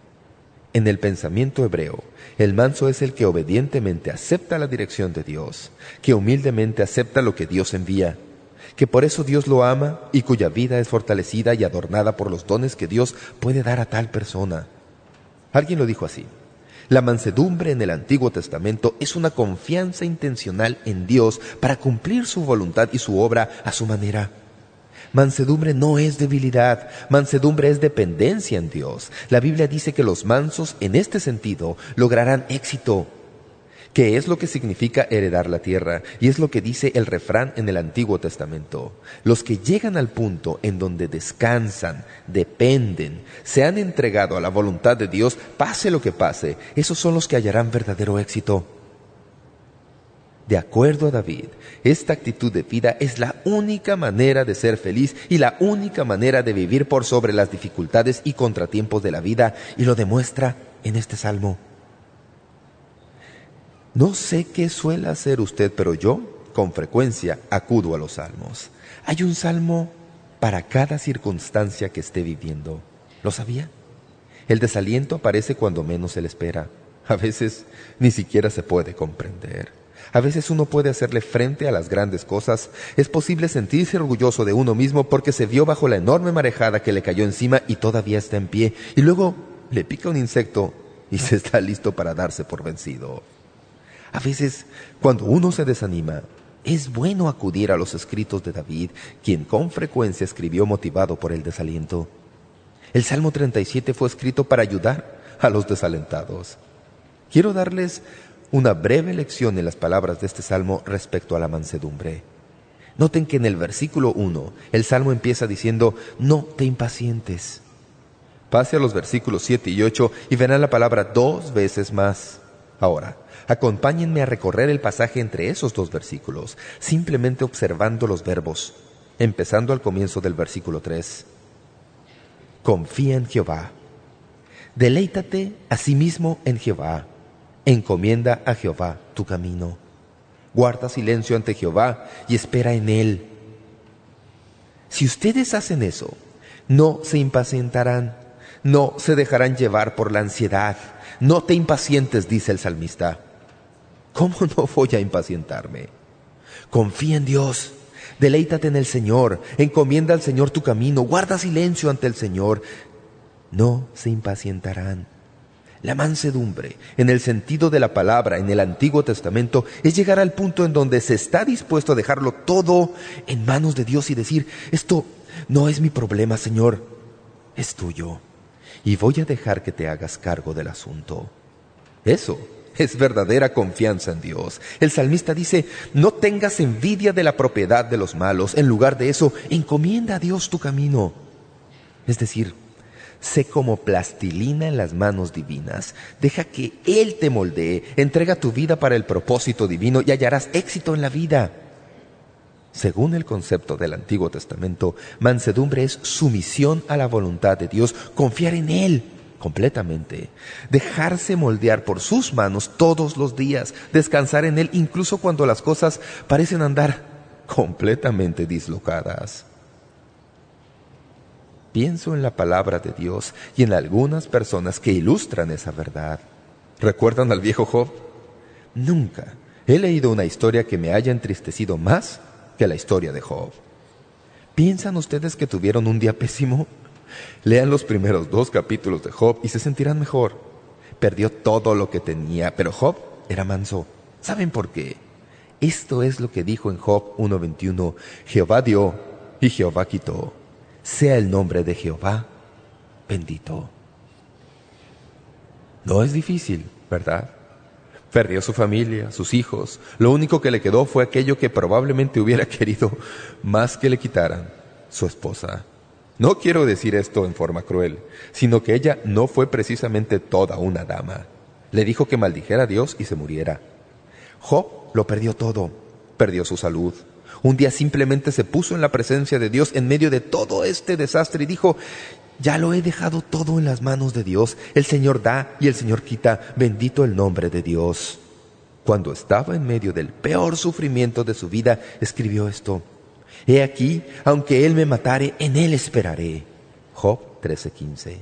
En el pensamiento hebreo, el manso es el que obedientemente acepta la dirección de Dios, que humildemente acepta lo que Dios envía, que por eso Dios lo ama y cuya vida es fortalecida y adornada por los dones que Dios puede dar a tal persona. Alguien lo dijo así: la mansedumbre en el Antiguo Testamento es una confianza intencional en Dios para cumplir su voluntad y su obra a su manera. Mansedumbre no es debilidad, mansedumbre es dependencia en Dios. La Biblia dice que los mansos, en este sentido, lograrán éxito. ¿Qué es lo que significa heredar la tierra? Y es lo que dice el refrán en el Antiguo Testamento. Los que llegan al punto en donde descansan, dependen, se han entregado a la voluntad de Dios, pase lo que pase, esos son los que hallarán verdadero éxito. De acuerdo a David, esta actitud de vida es la única manera de ser feliz y la única manera de vivir por sobre las dificultades y contratiempos de la vida, y lo demuestra en este salmo. No sé qué suele hacer usted, pero yo, con frecuencia, acudo a los salmos. Hay un salmo para cada circunstancia que esté viviendo. ¿Lo sabía? El desaliento aparece cuando menos se le espera. A veces ni siquiera se puede comprender. A veces uno puede hacerle frente a las grandes cosas. Es posible sentirse orgulloso de uno mismo porque se vio bajo la enorme marejada que le cayó encima y todavía está en pie. Y luego le pica un insecto y se está listo para darse por vencido. A veces, cuando uno se desanima, es bueno acudir a los escritos de David, quien con frecuencia escribió motivado por el desaliento. El Salmo 37 fue escrito para ayudar a los desalentados. Quiero darles una breve lección en las palabras de este salmo respecto a la mansedumbre. Noten que en el versículo 1, el salmo empieza diciendo, no te impacientes. Pase a los versículos 7 y 8 y verán la palabra 2 veces más. Ahora, acompáñenme a recorrer el pasaje entre esos 2 versículos, simplemente observando los verbos, empezando al comienzo del versículo 3. Confía en Jehová. Deleítate asimismo en Jehová. Encomienda a Jehová tu camino. Guarda silencio ante Jehová y espera en Él. Si ustedes hacen eso, no se impacientarán, no se dejarán llevar por la ansiedad. No te impacientes, dice el salmista. ¿Cómo no voy a impacientarme? Confía en Dios, deleítate en el Señor, encomienda al Señor tu camino, guarda silencio ante el Señor. No se impacientarán. La mansedumbre, en el sentido de la palabra en el Antiguo Testamento, es llegar al punto en donde se está dispuesto a dejarlo todo en manos de Dios y decir, esto no es mi problema, Señor, es tuyo. Y voy a dejar que te hagas cargo del asunto. Eso es verdadera confianza en Dios. El salmista dice, no tengas envidia de la propiedad de los malos. En lugar de eso, encomienda a Dios tu camino. Es decir, sé como plastilina en las manos divinas. Deja que Él te moldee. Entrega tu vida para el propósito divino y hallarás éxito en la vida. Según el concepto del Antiguo Testamento, mansedumbre es sumisión a la voluntad de Dios, confiar en Él completamente, dejarse moldear por sus manos todos los días, descansar en Él incluso cuando las cosas parecen andar completamente dislocadas. Pienso en la palabra de Dios y en algunas personas que ilustran esa verdad. ¿Recuerdan al viejo Job? Nunca he leído una historia que me haya entristecido más que la historia de Job. ¿Piensan ustedes que tuvieron un día pésimo? Lean los primeros 2 capítulos de Job y se sentirán mejor. Perdió todo lo que tenía, pero Job era manso. ¿Saben por qué? Esto es lo que dijo en Job 1:21. Jehová dio y Jehová quitó. Sea el nombre de Jehová bendito. No es difícil, ¿verdad? Perdió su familia, sus hijos. Lo único que le quedó fue aquello que probablemente hubiera querido más que le quitaran, su esposa. No quiero decir esto en forma cruel, sino que ella no fue precisamente toda una dama. Le dijo que maldijera a Dios y se muriera. Job lo perdió todo. Perdió su salud. Un día simplemente se puso en la presencia de Dios en medio de todo este desastre y dijo, ya lo he dejado todo en las manos de Dios. El Señor da y el Señor quita. Bendito el nombre de Dios. Cuando estaba en medio del peor sufrimiento de su vida, escribió esto. He aquí, aunque Él me matare, en Él esperaré. Job 13:15.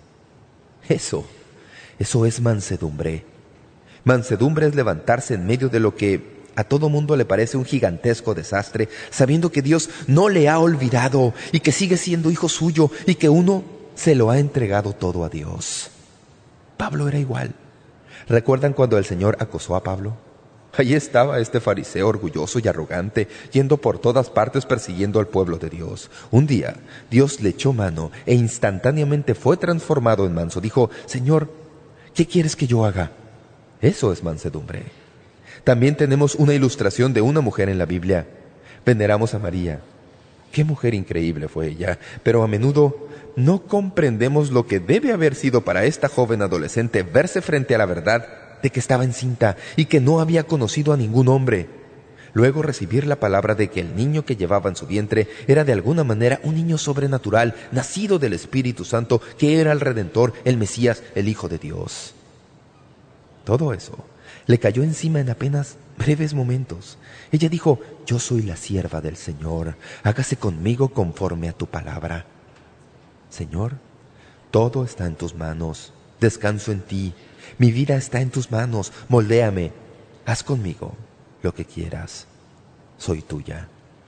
Eso es mansedumbre. Mansedumbre es levantarse en medio de lo que a todo mundo le parece un gigantesco desastre, sabiendo que Dios no le ha olvidado y que sigue siendo hijo suyo y que uno se lo ha entregado todo a Dios. Pablo era igual. ¿Recuerdan cuando el Señor acosó a Pablo? Allí estaba este fariseo orgulloso y arrogante, yendo por todas partes persiguiendo al pueblo de Dios. Un día, Dios le echó mano e instantáneamente fue transformado en manso. Dijo, Señor, ¿qué quieres que yo haga? Eso es mansedumbre. También tenemos una ilustración de una mujer en la Biblia. Veneramos a María. Qué mujer increíble fue ella, pero a menudo no comprendemos lo que debe haber sido para esta joven adolescente verse frente a la verdad de que estaba encinta y que no había conocido a ningún hombre. Luego recibir la palabra de que el niño que llevaba en su vientre era de alguna manera un niño sobrenatural, nacido del Espíritu Santo, que era el Redentor, el Mesías, el Hijo de Dios. Todo eso le cayó encima en apenas breves momentos. Ella dijo, yo soy la sierva del Señor, hágase conmigo conforme a tu palabra. Señor, todo está en tus manos, descanso en ti, mi vida está en tus manos, moldéame, haz conmigo lo que quieras, soy tuya.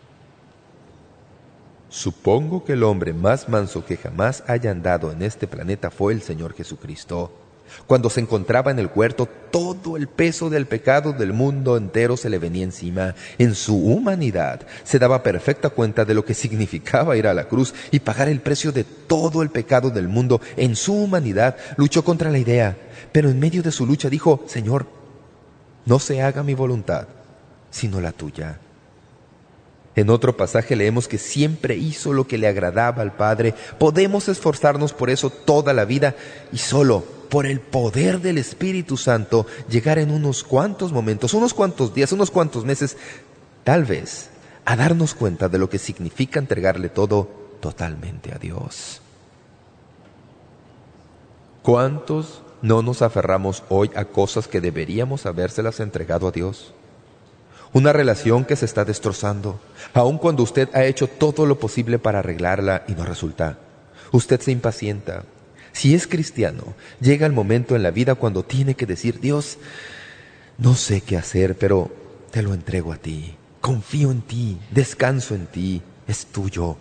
Supongo que el hombre más manso que jamás haya andado en este planeta fue el Señor Jesucristo. Cuando se encontraba en el huerto, todo el peso del pecado del mundo entero se le venía encima. En su humanidad se daba perfecta cuenta de lo que significaba ir a la cruz y pagar el precio de todo el pecado del mundo. En su humanidad luchó contra la idea, pero en medio de su lucha dijo, Señor, no se haga mi voluntad, sino la tuya. En otro pasaje leemos que siempre hizo lo que le agradaba al Padre. Podemos esforzarnos por eso toda la vida y solo por el poder del Espíritu Santo llegar en unos cuantos momentos, unos cuantos días, unos cuantos meses, tal vez, a darnos cuenta de lo que significa entregarle todo totalmente a Dios. ¿Cuántos no nos aferramos hoy a cosas que deberíamos habérselas entregado a Dios? Una relación que se está destrozando, aun cuando usted ha hecho todo lo posible para arreglarla y no resulta. Usted se impacienta. Si es cristiano, llega el momento en la vida cuando tiene que decir, Dios, no sé qué hacer, pero te lo entrego a ti. Confío en ti, descanso en ti, es tuyo.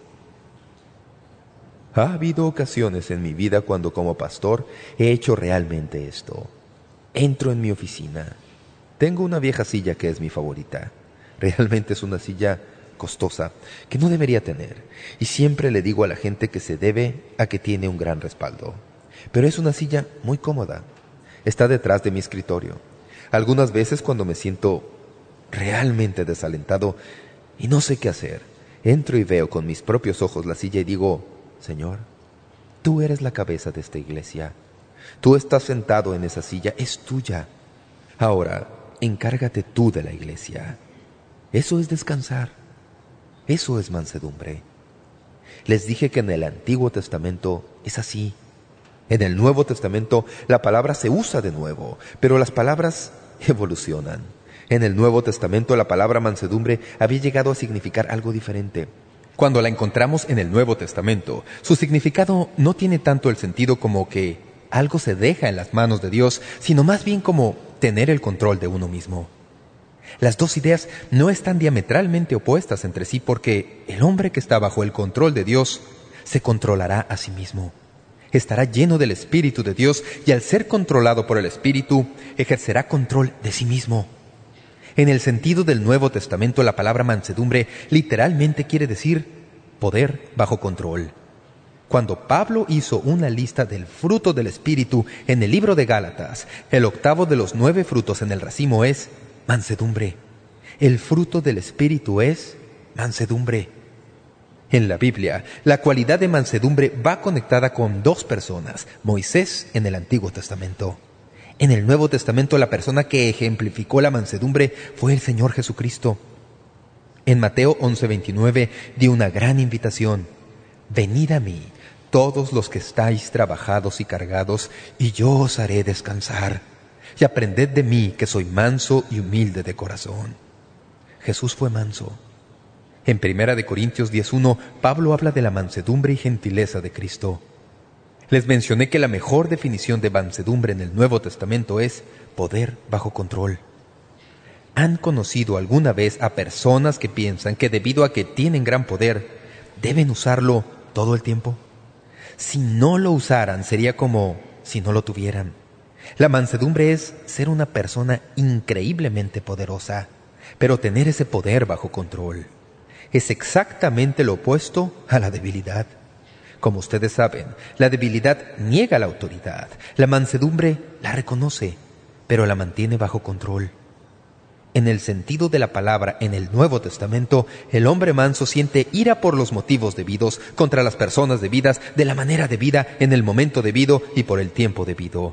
Ha habido ocasiones en mi vida cuando como pastor he hecho realmente esto. Entro en mi oficina. Tengo una vieja silla que es mi favorita. Realmente es una silla costosa que no debería tener. Y siempre le digo a la gente que se debe a que tiene un gran respaldo. Pero es una silla muy cómoda. Está detrás de mi escritorio. Algunas veces cuando me siento realmente desalentado y no sé qué hacer, entro y veo con mis propios ojos la silla y digo: Señor, tú eres la cabeza de esta iglesia. Tú estás sentado en esa silla, es tuya. Ahora, encárgate tú de la iglesia. Eso es descansar. Eso es mansedumbre. Les dije que en el Antiguo Testamento es así. En el Nuevo Testamento la palabra se usa de nuevo, pero las palabras evolucionan. En el Nuevo Testamento la palabra mansedumbre había llegado a significar algo diferente. Cuando la encontramos en el Nuevo Testamento, su significado no tiene tanto el sentido como que algo se deja en las manos de Dios, sino más bien como tener el control de uno mismo. Las dos ideas no están diametralmente opuestas entre sí, porque el hombre que está bajo el control de Dios se controlará a sí mismo. Estará lleno del Espíritu de Dios y al ser controlado por el Espíritu, ejercerá control de sí mismo. En el sentido del Nuevo Testamento, la palabra mansedumbre literalmente quiere decir poder bajo control. Cuando Pablo hizo una lista del fruto del Espíritu en el libro de Gálatas, el octavo de los 9 frutos en el racimo es mansedumbre. El fruto del Espíritu es mansedumbre. En la Biblia, la cualidad de mansedumbre va conectada con 2 personas: Moisés en el Antiguo Testamento. En el Nuevo Testamento, la persona que ejemplificó la mansedumbre fue el Señor Jesucristo. En Mateo 11:29 dio una gran invitación: venid a mí, todos los que estáis trabajados y cargados, y yo os haré descansar. Y aprended de mí, que soy manso y humilde de corazón. Jesús fue manso. En 1 Corintios 10:1, Pablo habla de la mansedumbre y gentileza de Cristo. Les mencioné que la mejor definición de mansedumbre en el Nuevo Testamento es poder bajo control. ¿Han conocido alguna vez a personas que piensan que debido a que tienen gran poder, deben usarlo todo el tiempo? Si no lo usaran, sería como si no lo tuvieran. La mansedumbre es ser una persona increíblemente poderosa, pero tener ese poder bajo control. Es exactamente lo opuesto a la debilidad. Como ustedes saben, la debilidad niega la autoridad. La mansedumbre la reconoce, pero la mantiene bajo control. En el sentido de la palabra en el Nuevo Testamento, el hombre manso siente ira por los motivos debidos, contra las personas debidas, de la manera debida, en el momento debido y por el tiempo debido.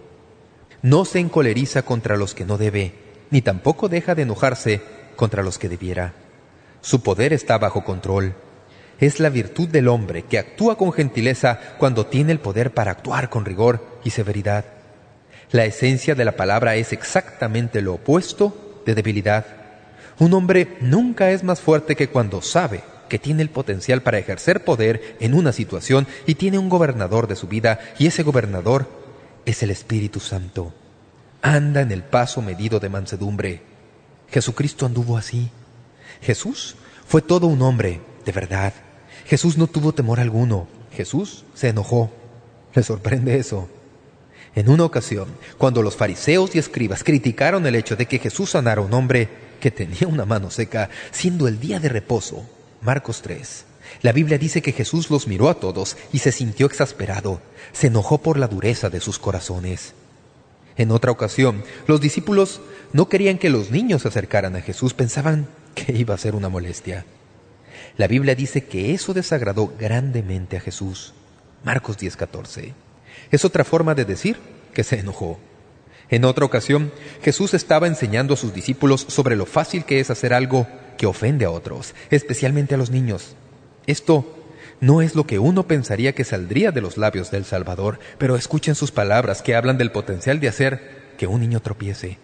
No se encoleriza contra los que no debe, ni tampoco deja de enojarse contra los que debiera. Su poder está bajo control. Es la virtud del hombre que actúa con gentileza cuando tiene el poder para actuar con rigor y severidad. La esencia de la palabra es exactamente lo opuesto de debilidad. Un hombre nunca es más fuerte que cuando sabe que tiene el potencial para ejercer poder en una situación y tiene un gobernador de su vida, y ese gobernador es el Espíritu Santo. Anda en el paso medido de mansedumbre. Jesucristo anduvo así. Jesús fue todo un hombre de verdad. Jesús no tuvo temor alguno. Jesús se enojó. ¿Le sorprende eso? En una ocasión, cuando los fariseos y escribas criticaron el hecho de que Jesús sanara a un hombre que tenía una mano seca, siendo el día de reposo, Marcos 3, la Biblia dice que Jesús los miró a todos y se sintió exasperado. Se enojó por la dureza de sus corazones. En otra ocasión, los discípulos no querían que los niños se acercaran a Jesús. Pensaban que iba a ser una molestia. La Biblia dice que eso desagradó grandemente a Jesús. Marcos 10:14. Es otra forma de decir que se enojó. En otra ocasión, Jesús estaba enseñando a sus discípulos sobre lo fácil que es hacer algo que ofende a otros, especialmente a los niños. Esto no es lo que uno pensaría que saldría de los labios del Salvador, pero escuchen sus palabras que hablan del potencial de hacer que un niño tropiece.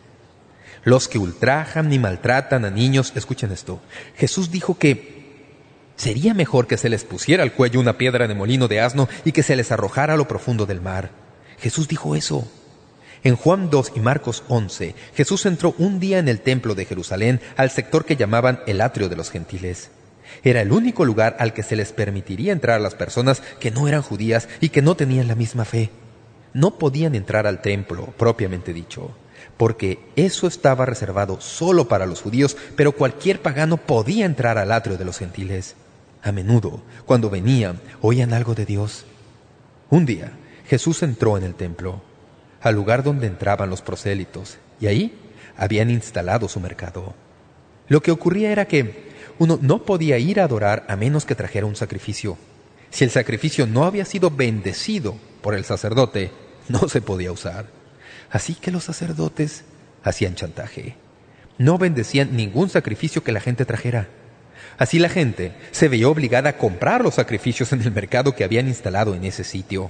Los que ultrajan y maltratan a niños, escuchen esto. Jesús dijo que sería mejor que se les pusiera al cuello una piedra de molino de asno y que se les arrojara a lo profundo del mar. Jesús dijo eso. En Juan 2 y Marcos 11, Jesús entró un día en el templo de Jerusalén al sector que llamaban el atrio de los gentiles. Era el único lugar al que se les permitiría entrar a las personas que no eran judías y que no tenían la misma fe. No podían entrar al templo, propiamente dicho, porque eso estaba reservado solo para los judíos, pero cualquier pagano podía entrar al atrio de los gentiles. A menudo, cuando venían, oían algo de Dios. Un día, Jesús entró en el templo. al lugar donde entraban los prosélitos, y ahí habían instalado su mercado. Lo que ocurría era que uno no podía ir a adorar a menos que trajera un sacrificio. Si el sacrificio no había sido bendecido por el sacerdote, no se podía usar. Así que los sacerdotes hacían chantaje. No bendecían ningún sacrificio que la gente trajera. Así la gente se veía obligada a comprar los sacrificios en el mercado que habían instalado en ese sitio.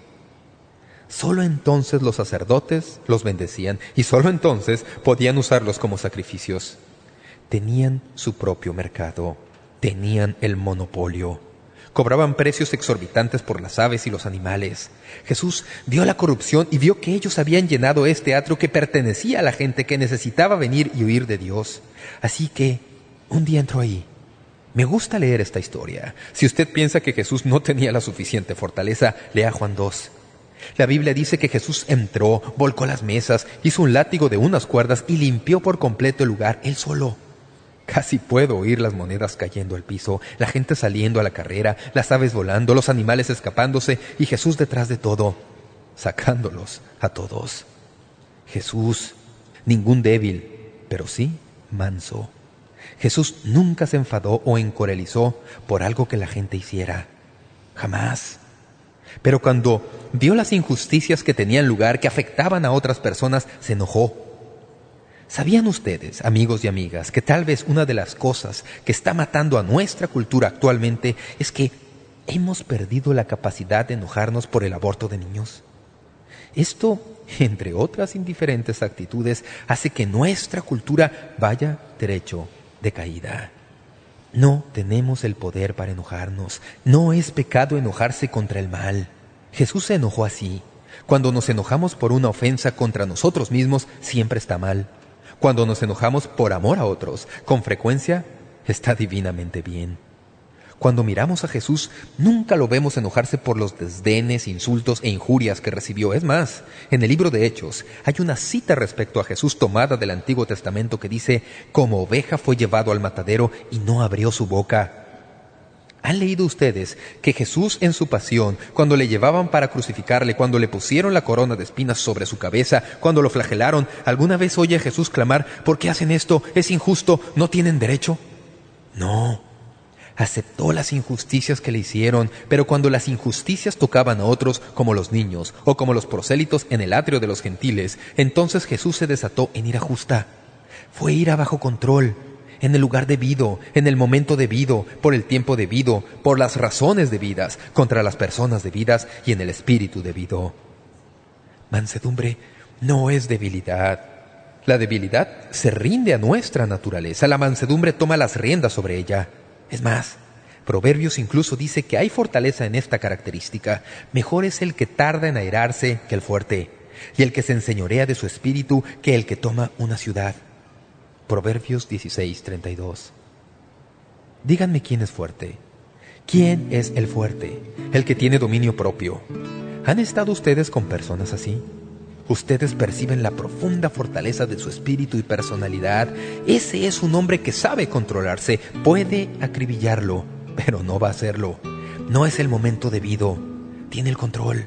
Solo entonces los sacerdotes los bendecían y solo entonces podían usarlos como sacrificios. Tenían su propio mercado, tenían el monopolio. Cobraban precios exorbitantes por las aves y los animales. Jesús vio la corrupción y vio que ellos habían llenado este atrio que pertenecía a la gente que necesitaba venir y huir de Dios. Así que un día entró ahí. Me gusta leer esta historia. Si usted piensa que Jesús no tenía la suficiente fortaleza, lea Juan 2. La Biblia dice que Jesús entró, volcó las mesas, hizo un látigo de unas cuerdas y limpió por completo el lugar, él solo. Casi puedo oír las monedas cayendo al piso, la gente saliendo a la carrera, las aves volando, los animales escapándose y Jesús detrás de todo, sacándolos a todos. Jesús, ningún débil, pero sí manso. Jesús nunca se enfadó o encolerizó por algo que la gente hiciera. Jamás. Pero cuando vio las injusticias que tenían lugar, que afectaban a otras personas, se enojó. ¿Sabían ustedes, amigos y amigas, que tal vez una de las cosas que está matando a nuestra cultura actualmente es que hemos perdido la capacidad de enojarnos por el aborto de niños? Esto, entre otras indiferentes actitudes, hace que nuestra cultura vaya derecho de caída. No tenemos el poder para enojarnos. No es pecado enojarse contra el mal. Jesús se enojó así. Cuando nos enojamos por una ofensa contra nosotros mismos, siempre está mal. Cuando nos enojamos por amor a otros, con frecuencia está divinamente bien. Cuando miramos a Jesús, nunca lo vemos enojarse por los desdenes, insultos e injurias que recibió. Es más, en el libro de Hechos hay una cita respecto a Jesús tomada del Antiguo Testamento que dice: como oveja fue llevado al matadero y no abrió su boca. ¿Han leído ustedes que Jesús en su pasión, cuando le llevaban para crucificarle, cuando le pusieron la corona de espinas sobre su cabeza, cuando lo flagelaron, alguna vez oye a Jesús clamar: ¿por qué hacen esto? ¿Es injusto? ¿No tienen derecho? No. Aceptó las injusticias que le hicieron, pero cuando las injusticias tocaban a otros, como los niños o como los prosélitos en el atrio de los gentiles, entonces Jesús se desató en ira justa. Fue ira bajo control, en el lugar debido, en el momento debido, por el tiempo debido, por las razones debidas, contra las personas debidas y en el espíritu debido. Mansedumbre no es debilidad. La debilidad se rinde a nuestra naturaleza. La mansedumbre toma las riendas sobre ella. Es más, Proverbios incluso dice que hay fortaleza en esta característica. Mejor es el que tarda en airarse que el fuerte, y el que se enseñorea de su espíritu que el que toma una ciudad. Proverbios 16:32. Díganme quién es fuerte. ¿Quién es el fuerte? El que tiene dominio propio. ¿Han estado ustedes con personas así? Ustedes perciben la profunda fortaleza de su espíritu y personalidad. Ese es un hombre que sabe controlarse, puede acribillarlo, pero no va a hacerlo. No es el momento debido, tiene el control.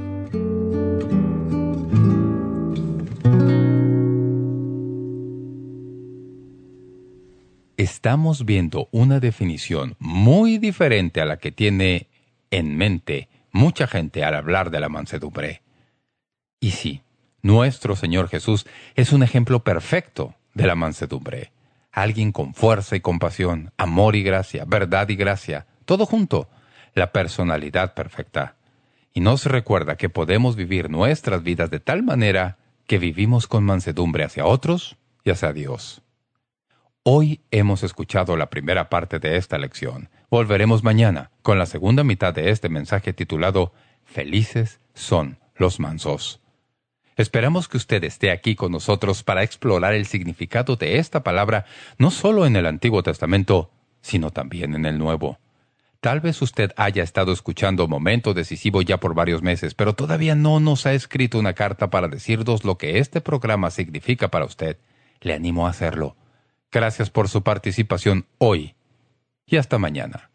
Estamos viendo una definición muy diferente a la que tiene en mente mucha gente al hablar de la mansedumbre. Y sí, nuestro Señor Jesús es un ejemplo perfecto de la mansedumbre. Alguien con fuerza y compasión, amor y gracia, verdad y gracia, todo junto, la personalidad perfecta. Y nos recuerda que podemos vivir nuestras vidas de tal manera que vivimos con mansedumbre hacia otros y hacia Dios. Hoy hemos escuchado la primera parte de esta lección. Volveremos mañana con la segunda mitad de este mensaje titulado «Felices son los mansos». Esperamos que usted esté aquí con nosotros para explorar el significado de esta palabra no solo en el Antiguo Testamento, sino también en el Nuevo. Tal vez usted haya estado escuchando Momento Decisivo ya por varios meses, pero todavía no nos ha escrito una carta para decirnos lo que este programa significa para usted. Le animo a hacerlo. Gracias por su participación hoy y hasta mañana.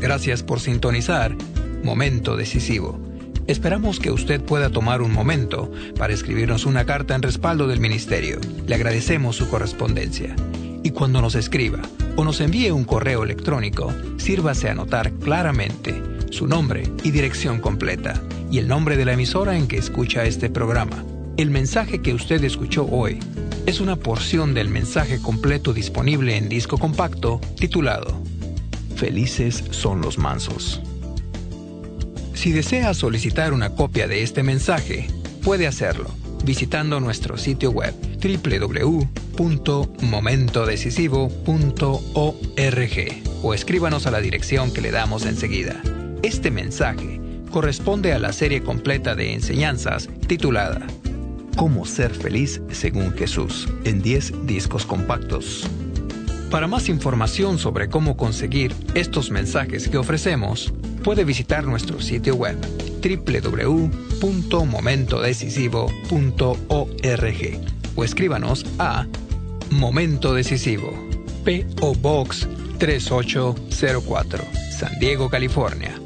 Gracias por sintonizar Momento Decisivo. Esperamos que usted pueda tomar un momento para escribirnos una carta en respaldo del ministerio. Le agradecemos su correspondencia. Y cuando nos escriba o nos envíe un correo electrónico, sírvase a anotar claramente su nombre y dirección completa y el nombre de la emisora en que escucha este programa. El mensaje que usted escuchó hoy es una porción del mensaje completo disponible en disco compacto titulado Felices son los mansos. Si desea solicitar una copia de este mensaje, puede hacerlo visitando nuestro sitio web www.momentodecisivo.org o escríbanos a la dirección que le damos enseguida. Este mensaje corresponde a la serie completa de enseñanzas titulada Cómo ser feliz según Jesús, en 10 discos compactos. Para más información sobre cómo conseguir estos mensajes que ofrecemos, puede visitar nuestro sitio web www.momentodecisivo.org o escríbanos a Momento Decisivo, P.O. Box 3804, San Diego, California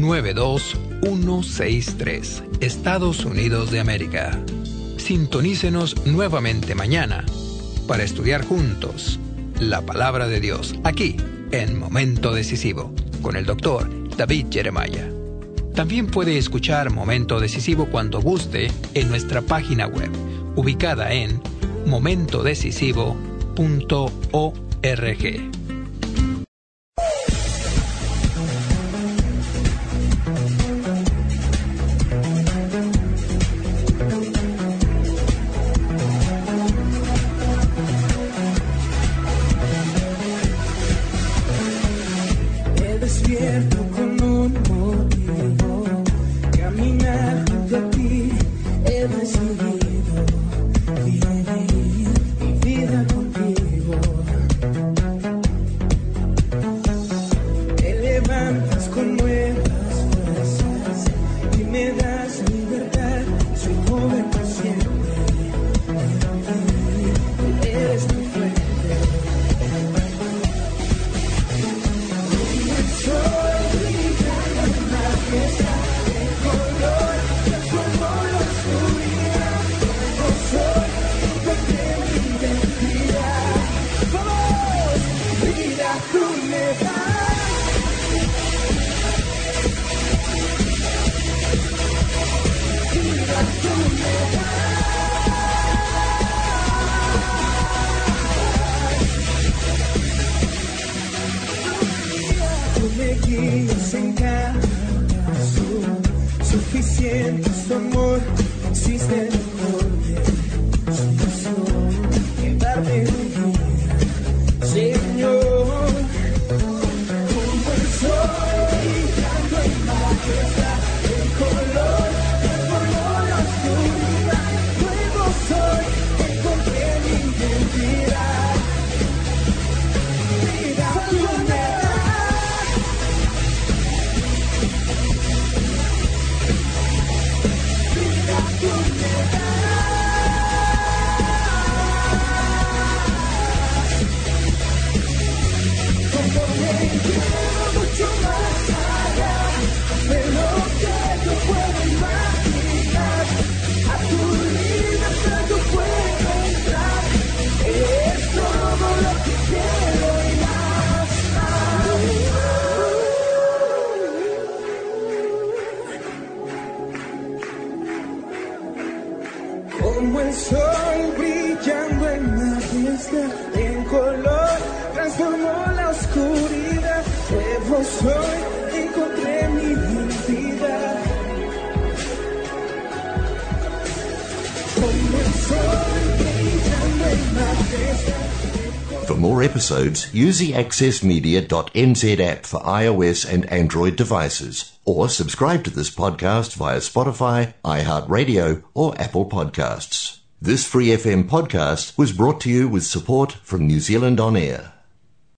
92163, Estados Unidos de América. Sintonícenos nuevamente mañana para estudiar juntos la Palabra de Dios aquí en Momento Decisivo con el Dr. David Jeremiah. También puede escuchar Momento Decisivo cuando guste en nuestra página web, ubicada en momentodecisivo.org. Suficiente su amor, existe mejor solución que darme mi vida, Señor. Como el sol brillando en majestad, el color transformó la oscuridad. Nuevo soy, encontré mi identidad. Vida tú me mucho más allá de lo que yo puedo imaginar. A tu libertad yo puedo entrar. Es todo lo que quiero y más. Como el sol brillando en majestad, en color transformó la oscuridad. Nuevo soy, encontré mi identidad. Como el sol brillando en majestad. For more episodes, use the accessmedia.nz app for iOS and Android devices, or subscribe to this podcast via Spotify, iHeartRadio, or Apple Podcasts. This Free FM podcast was brought to you with support from New Zealand On Air.